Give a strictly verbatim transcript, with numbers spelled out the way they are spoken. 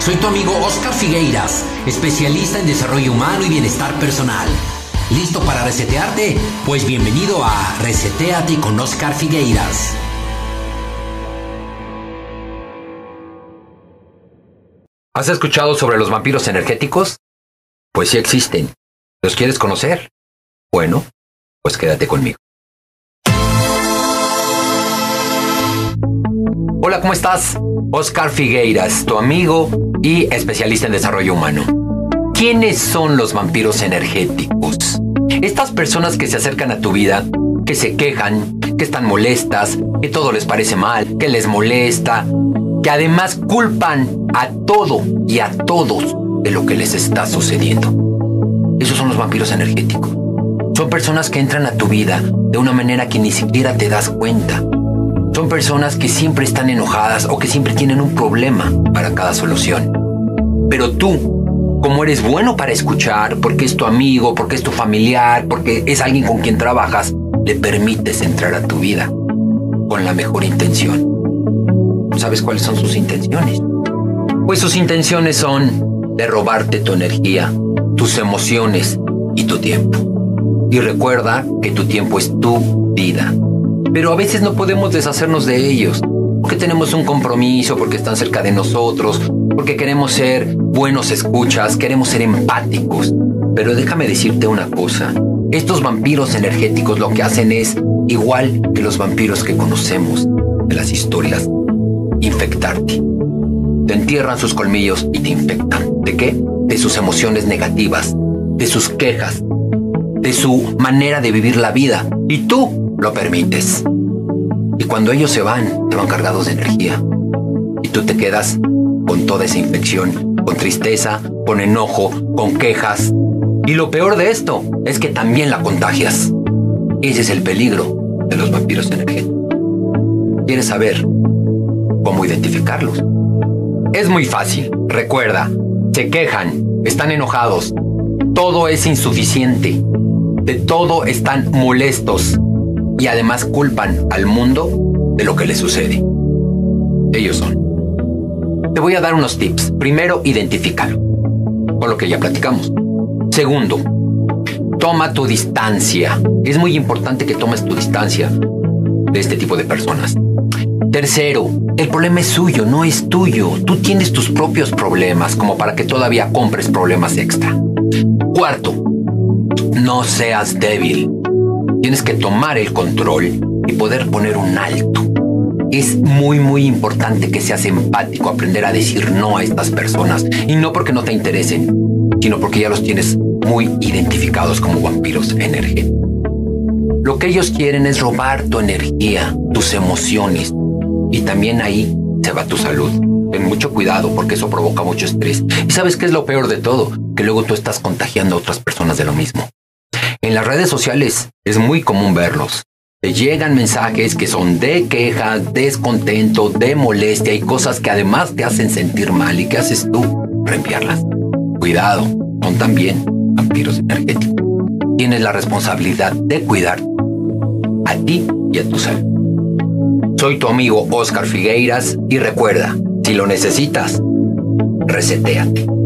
Soy tu amigo Oscar Figueiras, especialista en desarrollo humano y bienestar personal. ¿Listo para resetearte? Pues bienvenido a Resetéate con Oscar Figueiras. ¿Has escuchado sobre los vampiros energéticos? Pues sí existen. ¿Los quieres conocer? Bueno, pues quédate conmigo. Hola, ¿cómo estás? Oscar Figueiras, tu amigo y especialista en desarrollo humano. ¿Quiénes son los vampiros energéticos? Estas personas que se acercan a tu vida, que se quejan, que están molestas, que todo les parece mal, que les molesta, que además culpan a todo y a todos de lo que les está sucediendo. Esos son los vampiros energéticos. Son personas que entran a tu vida de una manera que ni siquiera te das cuenta. Son personas que siempre están enojadas o que siempre tienen un problema para cada solución. Pero tú, como eres bueno para escuchar, porque es tu amigo, porque es tu familiar, porque es alguien con quien trabajas, le permites entrar a tu vida con la mejor intención. ¿Sabes cuáles son sus intenciones? Pues sus intenciones son de robarte tu energía, tus emociones y tu tiempo. Y recuerda que tu tiempo es tu vida. Pero a veces no podemos deshacernos de ellos, porque tenemos un compromiso, porque están cerca de nosotros, porque queremos ser buenos escuchas, queremos ser empáticos. Pero déjame decirte una cosa, estos vampiros energéticos lo que hacen es, igual que los vampiros que conocemos de las historias, infectarte. Te entierran sus colmillos y te infectan. ¿De qué? De sus emociones negativas, de sus quejas, de su manera de vivir la vida. Y tú lo permites. Y cuando ellos se van, te van cargados de energía. Y tú te quedas con toda esa infección, con tristeza, con enojo, con quejas. Y lo peor de esto es que también la contagias. Ese es el peligro de los vampiros energéticos. ¿Quieres saber cómo identificarlos? Es muy fácil. Recuerda, se quejan, están enojados. Todo es insuficiente. De todo están molestos. Y además culpan al mundo de lo que les sucede. Ellos son. Te voy a dar unos tips. Primero, identifícalo, con lo que ya platicamos. Segundo, toma tu distancia. Es muy importante que tomes tu distancia de este tipo de personas. Tercero, el problema es suyo, no es tuyo. Tú tienes tus propios problemas, como para que todavía compres problemas extra. Cuarto, no seas débil. Tienes que tomar el control y poder poner un alto. Es muy, muy importante que seas empático, aprender a decir no a estas personas. Y no porque no te interesen, sino porque ya los tienes muy identificados como vampiros energéticos. Lo que ellos quieren es robar tu energía, tus emociones. Y también ahí se va tu salud. Ten mucho cuidado porque eso provoca mucho estrés. ¿Y sabes qué es lo peor de todo? Que luego tú estás contagiando a otras personas de lo mismo. En las redes sociales es muy común verlos. Te llegan mensajes que son de queja, descontento, de molestia y cosas que además te hacen sentir mal. ¿Y qué haces tú? Reenviarlas. Cuidado, son también vampiros energéticos. Tienes la responsabilidad de cuidar a ti y a tu salud. Soy tu amigo Oscar Figueiras y recuerda, si lo necesitas, resetéate.